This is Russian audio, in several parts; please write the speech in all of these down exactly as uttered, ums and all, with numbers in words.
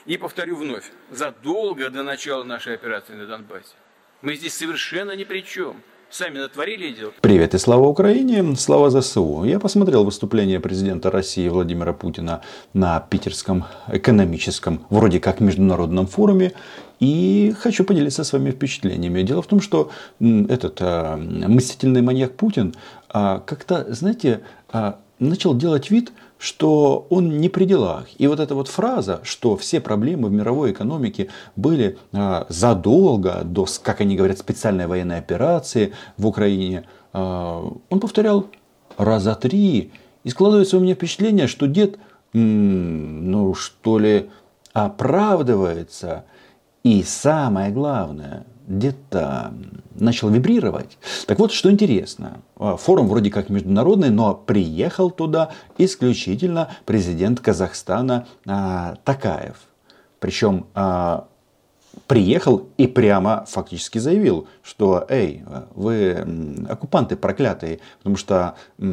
И повторю вновь, задолго до начала нашей операции на Донбассе. Мы здесь совершенно ни при чем. Сами натворили дел. Привет и слава Украине, слава ЗСУ. Я посмотрел выступление президента России Владимира Путина на Питерском экономическом, вроде как международном форуме. И хочу поделиться с вами впечатлениями. Дело в том, что этот а, мстительный маньяк Путин а, как-то, знаете, а, начал делать вид, что он не при делах. И вот эта вот фраза, что все проблемы в мировой экономике были а, задолго до, как они говорят, специальной военной операции в Украине, а, он повторял раза три. И складывается у меня впечатление, что дед, м- ну что ли, оправдывается. И самое главное, дед-то начал вибрировать. Так вот, что интересно. Форум вроде как международный, но приехал туда исключительно президент Казахстана а, Токаев. Причем а, приехал и прямо фактически заявил, что эй, вы оккупанты проклятые, потому что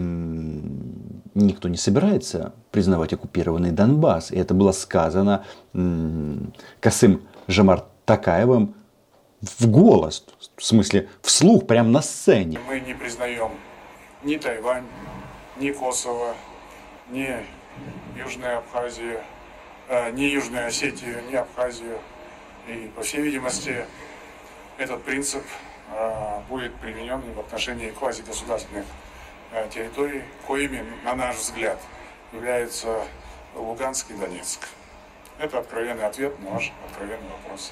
м, никто не собирается признавать оккупированный Донбасс. И это было сказано м, Касым Жомарт Токаевым в голос, в смысле вслух, прямо на сцене. Мы не признаем ни Тайвань, ни Косово, ни Южную Абхазию, э, ни Южную Осетию, ни Абхазию. И, по всей видимости, этот принцип э, будет применен и в отношении квазигосударственных э, территорий, коими, на наш взгляд, являются Луганск и Донецк. Это откровенный ответ на ваш откровенный вопрос.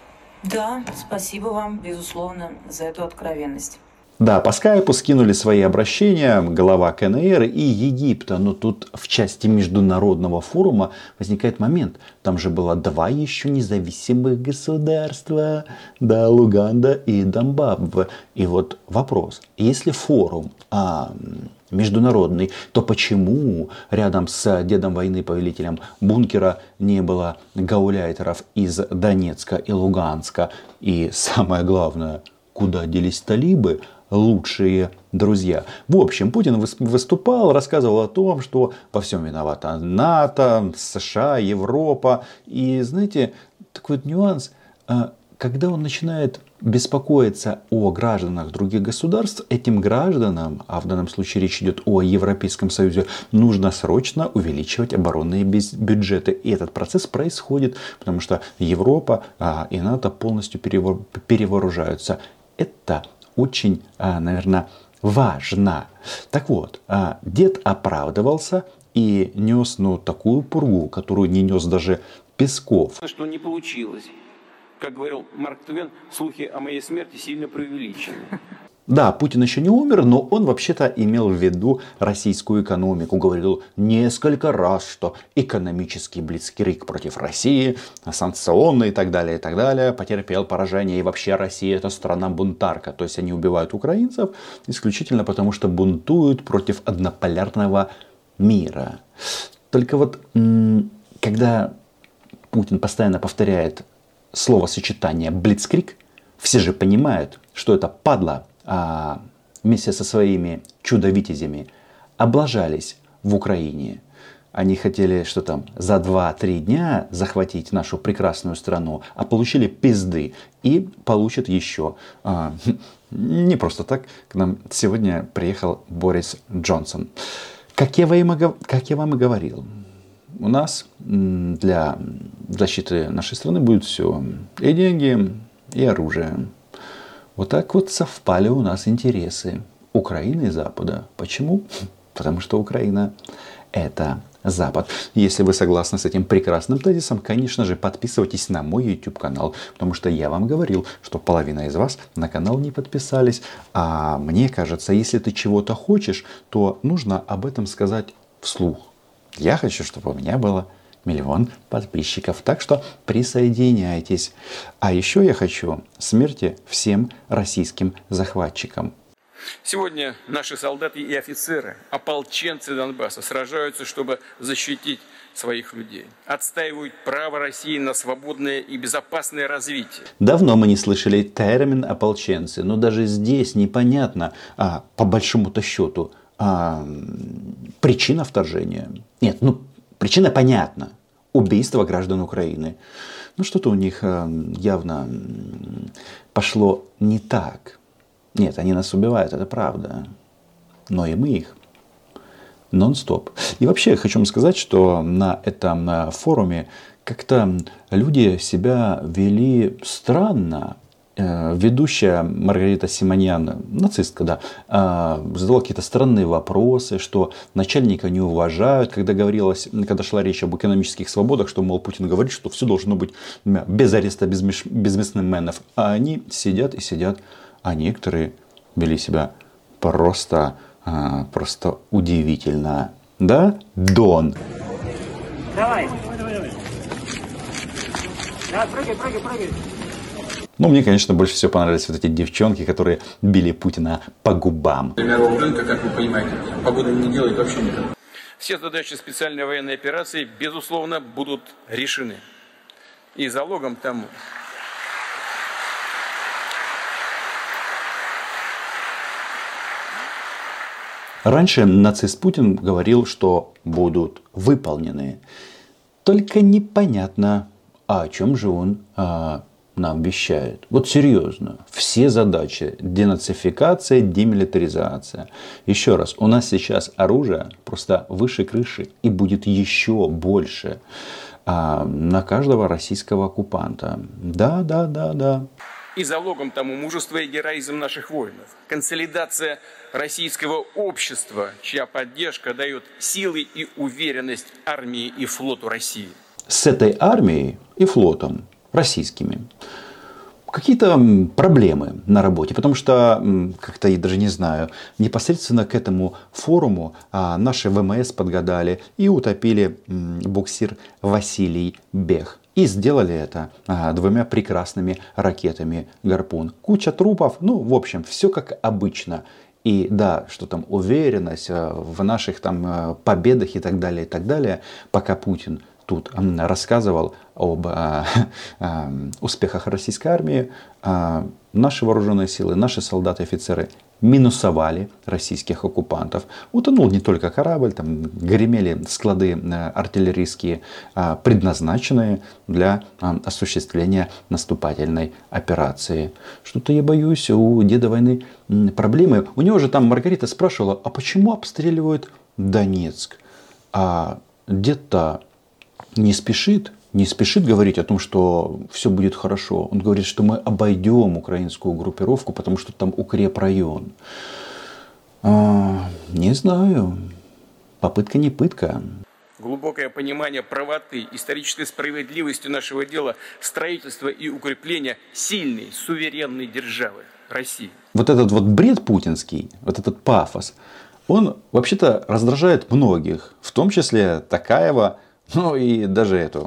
Да, спасибо вам, безусловно, за эту откровенность. Да, по скайпу скинули свои обращения глава КНР и Египта. Но тут в части международного форума возникает момент. Там же было два еще независимых государства. Да, Луганда и Зимбабве. И вот вопрос. Если форум а, международный, то почему рядом с дедом войны, повелителем бункера, не было гауляйтеров из Донецка и Луганска? И самое главное, куда делись талибы? Лучшие друзья. В общем, Путин выступал, рассказывал о том, что во всем виновата НАТО, США, Европа. И знаете, такой вот нюанс, когда он начинает беспокоиться о гражданах других государств, этим гражданам, а в данном случае речь идет о Европейском Союзе, нужно срочно увеличивать оборонные бюджеты. И этот процесс происходит, потому что Европа и НАТО полностью перевооружаются. Это очень, наверное, важно. Так вот, дед оправдывался и нес ну, такую пургу, которую не нес даже Песков. Что не получилось. Как говорил Марк Твен, слухи о моей смерти сильно преувеличены. Да, Путин еще не умер, но он вообще-то имел в виду российскую экономику. Говорил несколько раз, что экономический блицкриг против России, санкционный и так далее, и так далее, потерпел поражение. И вообще Россия это страна-бунтарка. То есть они убивают украинцев исключительно потому, что бунтуют против однополярного мира. Только вот, когда Путин постоянно повторяет словосочетание блицкриг, все же понимают, что это падла, а вместе со своими чудо-витязями облажались в Украине. Они хотели, что там, за два-три дня захватить нашу прекрасную страну, а получили пизды. И получат еще. А, не просто так. К нам сегодня приехал Борис Джонсон. Как я вам, как я вам и говорил, у нас для защиты нашей страны будет все. И деньги, и оружие. Вот так вот совпали у нас интересы Украины и Запада. Почему? Потому что Украина это Запад. Если вы согласны с этим прекрасным тезисом, конечно же, подписывайтесь на мой YouTube канал. Потому что я вам говорил, что половина из вас на канал не подписались. А мне кажется, если ты чего-то хочешь, то нужно об этом сказать вслух. Я хочу, чтобы у меня было миллион подписчиков. Так что присоединяйтесь. А еще я хочу смерти всем российским захватчикам. Сегодня наши солдаты и офицеры, ополченцы Донбасса, сражаются, чтобы защитить своих людей. Отстаивают право России на свободное и безопасное развитие. Давно мы не слышали термин ополченцы, но даже здесь непонятно, а, по большому-то счету, а, причина вторжения. Нет, ну причина понятна. убийство граждан Украины. Ну, что-то у них явно пошло не так. Нет, они нас убивают, это правда. Но и мы их. Нон-стоп. И вообще я хочу вам сказать, что на этом форуме как-то люди себя вели странно. Ведущая Маргарита Симоньян, нацистка, да, задала какие-то странные вопросы, что начальника не уважают, когда говорилось, когда шла речь об экономических свободах, что, мол, Путин говорит, что все должно быть без ареста, без, меж, без бизнесменов. А они сидят и сидят, а некоторые вели себя просто, просто удивительно. Да, Дон? Давай. Да, прыгай, прыгай, прыгай. Ну, мне, конечно, больше всего понравились вот эти девчонки, которые били Путина по губам. Мирового рынка, как вы понимаете, погода не делает вообще никак. Все задачи специальной военной операции, безусловно, будут решены. И залогом тому... Раньше нацист Путин говорил, что будут выполнены. Только непонятно, а о чем же он а, нам вещает. Вот серьезно. Все задачи. Денацификация, демилитаризация. Еще раз. У нас сейчас оружие просто выше крыши. И будет еще больше. А, на каждого российского оккупанта. Да, да, да, да. И залогом тому мужество и героизм наших воинов. Консолидация российского общества, чья поддержка дает силы и уверенность армии и флоту России. С этой армией и флотом российскими какие-то проблемы на работе, потому что, как-то я даже не знаю, непосредственно к этому форуму наши ВМС подгадали и утопили буксир Василий Бех. И сделали это а, двумя прекрасными ракетами «Гарпун». Куча трупов, ну, в общем, все как обычно. И да, что там уверенность в наших там победах и так далее, и так далее, пока Путин тут рассказывал об а, а, успехах российской армии, а, наши вооруженные силы, наши солдаты и офицеры минусовали российских оккупантов. Утонул не только корабль, там гремели склады артиллерийские, предназначенные для осуществления наступательной операции. Что-то я боюсь, у деда войны проблемы. У него же там Маргарита спрашивала, а почему обстреливают Донецк? А дед-то не спешит. Не спешит говорить о том, что все будет хорошо. Он говорит, что мы обойдем украинскую группировку, потому что там укрепрайон. А, не знаю. Попытка не пытка. Глубокое понимание правоты, исторической справедливости нашего дела, строительства и укрепления сильной, суверенной державы России. Вот этот вот бред путинский, вот этот пафос, он вообще-то раздражает многих. В том числе Токаева, ну и даже эту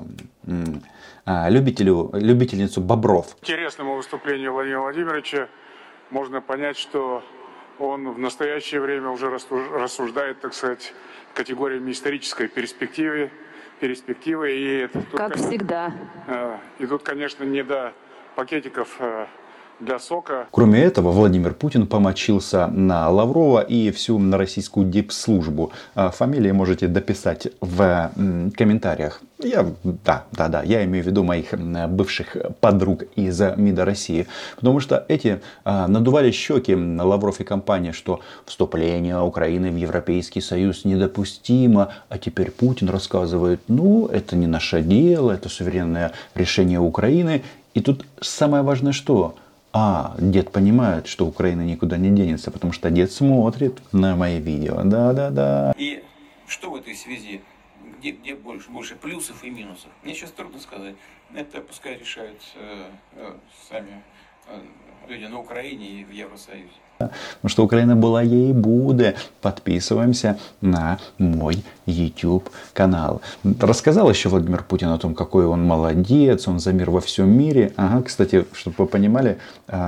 любителю, любительницу бобров. Интересному выступлению Владимира Владимировича можно понять, что он в настоящее время уже рассуждает, так сказать, категориями исторической перспективы. перспективы и тут, как конечно, всегда. И тут, конечно, не до пакетиков для сока. Кроме этого, Владимир Путин помочился на Лаврова и всю на российскую дипслужбу. Фамилии можете дописать в комментариях. Я, да, да, да, я имею в виду моих бывших подруг из МИДа России. Потому что эти надували щеки, Лавров и компания, что вступление Украины в Европейский Союз недопустимо. А теперь Путин рассказывает, ну, это не наше дело, это суверенное решение Украины. И тут самое важное что? А, дед понимает, что Украина никуда не денется, потому что дед смотрит на мои видео. Да-да-да. И что в этой связи? Где, где больше, больше плюсов и минусов? Мне сейчас трудно сказать. Это пускай решают э, э, сами э, люди на Украине и в Евросоюзе. Потому что Украина была, ей будет. Подписываемся на мой YouTube канал. Рассказал еще Владимир Путин о том, какой он молодец, он за мир во всем мире. Ага, кстати, чтобы вы понимали,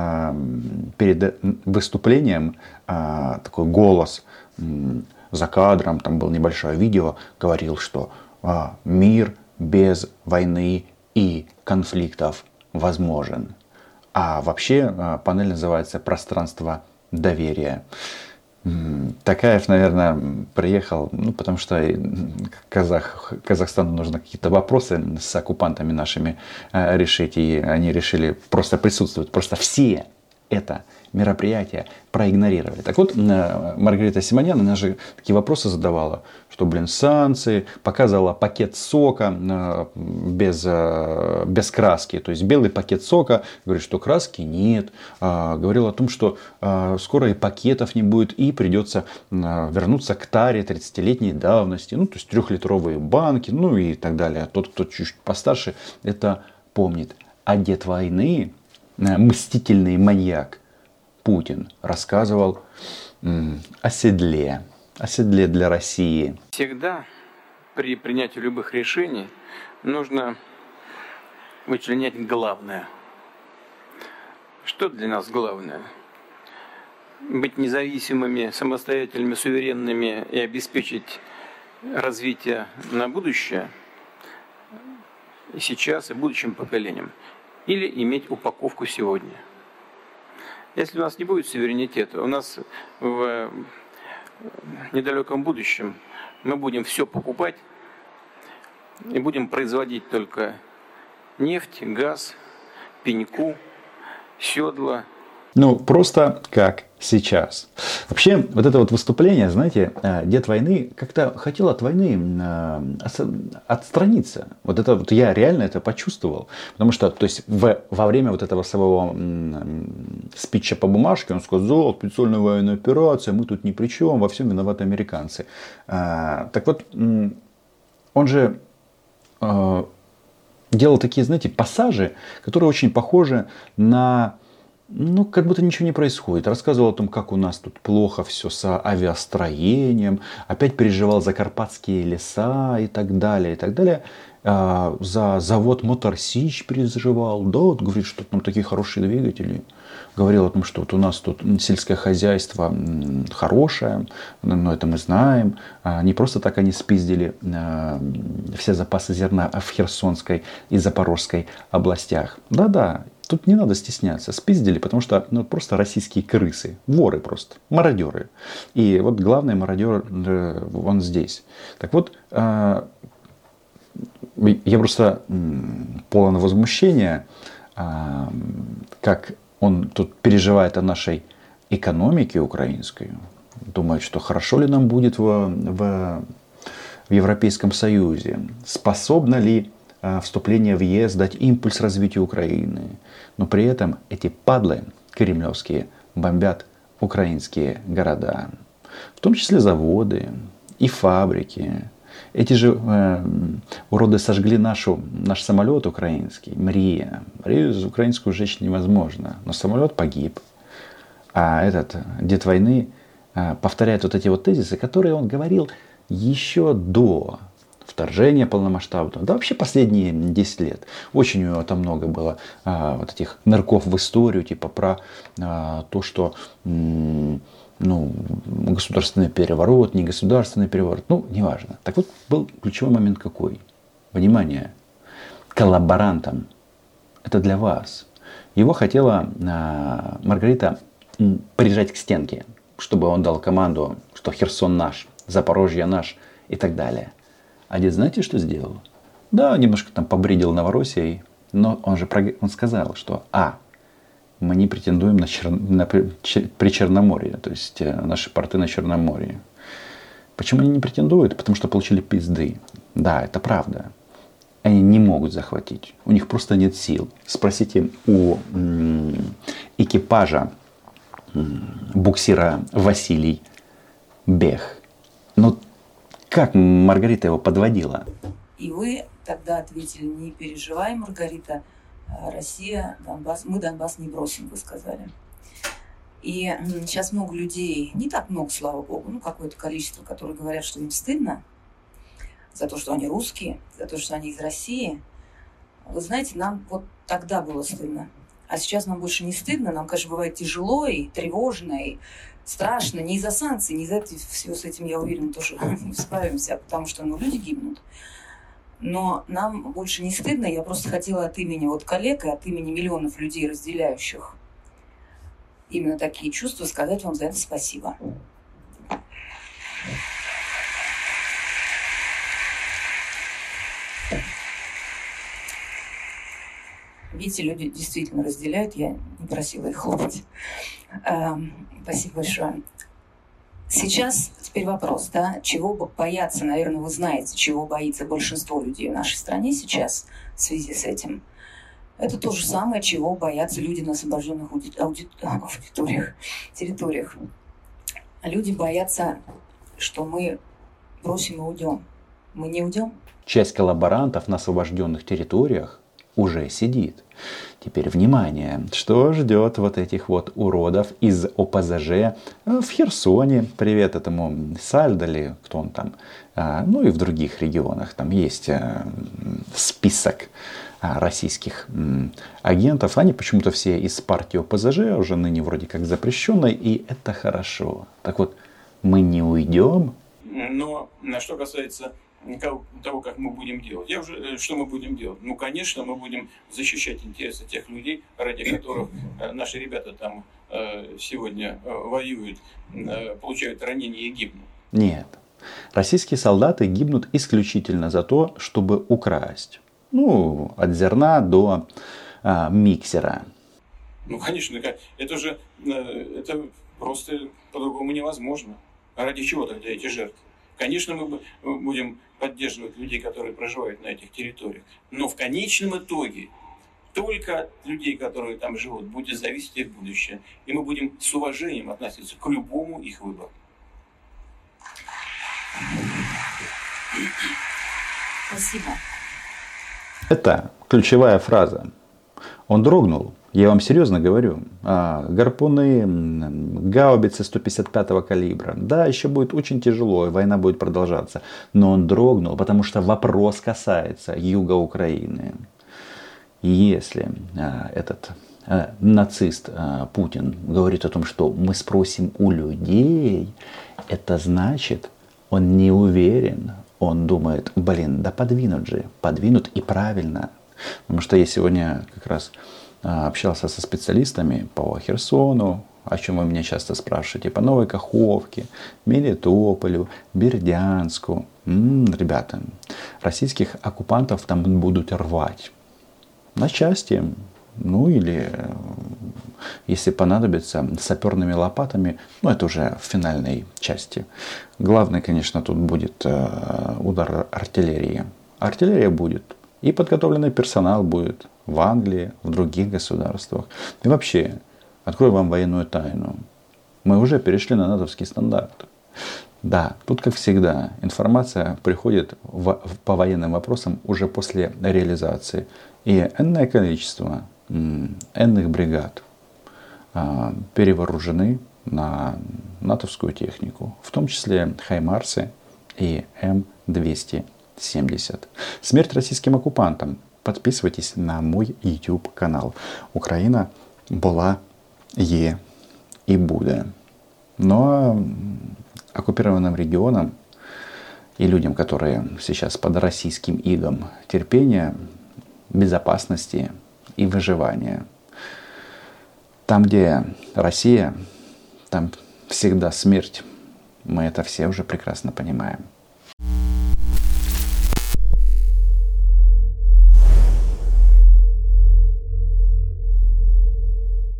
перед выступлением такой голос за кадром, там было небольшое видео, говорил, что мир без войны и конфликтов возможен. А вообще панель называется «Пространство доверия». Такаев, наверное, приехал, ну, потому что Казах, Казахстану нужно какие-то вопросы с оккупантами нашими решить, и они решили просто присутствовать. Просто все это мероприятие проигнорировали. Так вот, Маргарита Симонян, она же такие вопросы задавала, что, блин, санкции, показывала пакет сока без, без краски, то есть белый пакет сока, говорит, что краски нет, говорила о том, что скоро и пакетов не будет, и придется вернуться к таре тридцатилетней давности, ну, то есть трехлитровые банки, ну и так далее. Тот, кто чуть постарше, это помнит. А дед войны, мстительный маньяк Путин, рассказывал м, о седле, о седле для России. Всегда при принятии любых решений нужно вычленять главное. Что для нас главное? Быть независимыми, самостоятельными, суверенными и обеспечить развитие на будущее и сейчас, и будущим поколениям. Или иметь упаковку сегодня. Если у нас не будет суверенитета, у нас в недалеком будущем мы будем все покупать и будем производить только нефть, газ, пеньку, седла. Ну, просто как сейчас. Вообще, вот это вот выступление, знаете, дед войны как-то хотел от войны отстраниться. Вот это вот я реально это почувствовал. Потому что, то есть, в, во время вот этого своего спича по бумажке он сказал, специальная военная операция, мы тут ни при чем, во всем виноваты американцы. А, так вот, он же а, делал такие, знаете, пассажи, которые очень похожи на... Ну, как будто ничего не происходит. Рассказывал о том, как у нас тут плохо все с авиастроением. Опять переживал за карпатские леса и так далее, и так далее. А, за завод Мотор Сич переживал. Да, вот говорит, что там такие хорошие двигатели. Говорил о том, что вот у нас тут сельское хозяйство хорошее. Но это мы знаем. Не просто так они спиздили все запасы зерна в Херсонской и Запорожской областях. Да-да. Тут не надо стесняться. Спиздили, потому что ну, просто российские крысы. Воры просто. Мародеры. И вот главный мародер, он здесь. Так вот, я просто полон возмущения, как он тут переживает о нашей экономике украинской. Думает, что хорошо ли нам будет в, в, в Европейском Союзе. Способно ли вступление в ЕС дать импульс развитию Украины. Но при этом эти падлы кремлевские бомбят украинские города. В том числе заводы и фабрики. Эти же э, уроды сожгли нашу, наш самолет украинский, Мрия. Мрию украинскую сжечь невозможно. Но самолет погиб. А этот дед войны э, повторяет вот эти вот тезисы, которые он говорил еще до вторжения полномасштабного, да вообще последние десять лет. Очень у него там много было а, вот этих нырков в историю, типа про а, то, что м, ну, государственный переворот, не государственный переворот, ну, неважно. Так вот, был ключевой момент какой? Внимание, коллаборантам, это для вас. Его хотела а, Маргарита м, прижать к стенке, чтобы он дал команду, что Херсон наш, Запорожье наш и так далее. А дед знаете, что сделал? Да, немножко там побредил Новороссией, но он же он сказал, что а, мы не претендуем на, Чер... на Причерноморье, то есть наши порты на Черноморье. Почему они не претендуют? Потому что получили пизды. Да, это правда. Они не могут захватить. У них просто нет сил. Спросите у м, экипажа м, буксира Василий Бех. Ну, как Маргарита его подводила? И вы тогда ответили: не переживай, Маргарита, Россия, Донбасс, мы Донбасс не бросим, вы сказали. И сейчас много людей, не так много, слава богу, ну какое-то количество, которые говорят, что им стыдно за то, что они русские, за то, что они из России. Вы знаете, нам вот тогда было стыдно. А сейчас нам больше не стыдно, нам, конечно, бывает тяжело и тревожно, и страшно, не из-за санкций, не из-за всего с этим, я уверена, тоже справимся, потому что ну, люди гибнут. Но нам больше не стыдно. Я просто хотела от имени вот коллег и от имени миллионов людей, разделяющих именно такие чувства, сказать вам за это спасибо. Видите, люди действительно разделяют, я не просила их хлопать. Спасибо большое. Сейчас теперь вопрос, да, чего боятся, наверное, вы знаете, чего боится большинство людей в нашей стране сейчас в связи с этим. Это то же самое, чего боятся люди на освобожденных ауди... ауди... аудиториях, территориях. Люди боятся, что мы бросим и уйдем. Мы не уйдем. Часть коллаборантов на освобожденных территориях уже сидит. Теперь внимание, что ждет вот этих вот уродов из О Пэ Зэ Жэ в Херсоне. Привет этому Сальдали, кто он там. Ну и в других регионах. Там есть список российских агентов. Они почему-то все из партии О Пэ Зэ Жэ, уже ныне вроде как запрещенной. И это хорошо. Так вот, мы не уйдем. Но что касается того, как мы будем делать. Я уже, что мы будем делать? Ну, конечно, мы будем защищать интересы тех людей, ради которых наши ребята там сегодня воюют, получают ранения и гибнут. Нет. Российские солдаты гибнут исключительно за то, чтобы украсть. Ну, от зерна до а, миксера. Ну, конечно, это же это просто по-другому невозможно. Ради чего тогда эти жертвы? Конечно, мы будем поддерживать людей, которые проживают на этих территориях. Но в конечном итоге только от людей, которые там живут, будет зависеть их будущее. И мы будем с уважением относиться к любому их выбору. Спасибо. Это ключевая фраза. Он дрогнул. Я вам серьезно говорю. А, гарпуны, гаубицы сто пятьдесят пятого калибра. Да, еще будет очень тяжело, и война будет продолжаться. Но он дрогнул, потому что вопрос касается юга Украины. Если а, этот а, нацист а, Путин говорит о том, что мы спросим у людей, это значит, он не уверен. Он думает, блин, да подвинут же, подвинут и правильно. Потому что я сегодня как раз общался со специалистами по Херсону, о чем вы меня часто спрашиваете, по Новой Каховке, Мелитополю, Бердянску. М-м, ребята, российских оккупантов там будут рвать на части. Ну или, если понадобится, саперными лопатами. Ну, это уже в финальной части. Главное, конечно, тут будет удар артиллерии. Артиллерия будет. И подготовленный персонал будет в Англии, в других государствах. И вообще, открою вам военную тайну. Мы уже перешли на натовский стандарт. Да, тут, как всегда, информация приходит в, по военным вопросам уже после реализации. И энное количество энных бригад а, перевооружены на натовскую технику. В том числе Хаймарсы и М двести семьдесят. Смерть российским оккупантам. Подписывайтесь на мой YouTube канал. Украина была, є и буде. Но оккупированным регионам и людям, которые сейчас под российским игом терпения, безопасности и выживания. Там, где Россия, там всегда смерть. Мы это все уже прекрасно понимаем.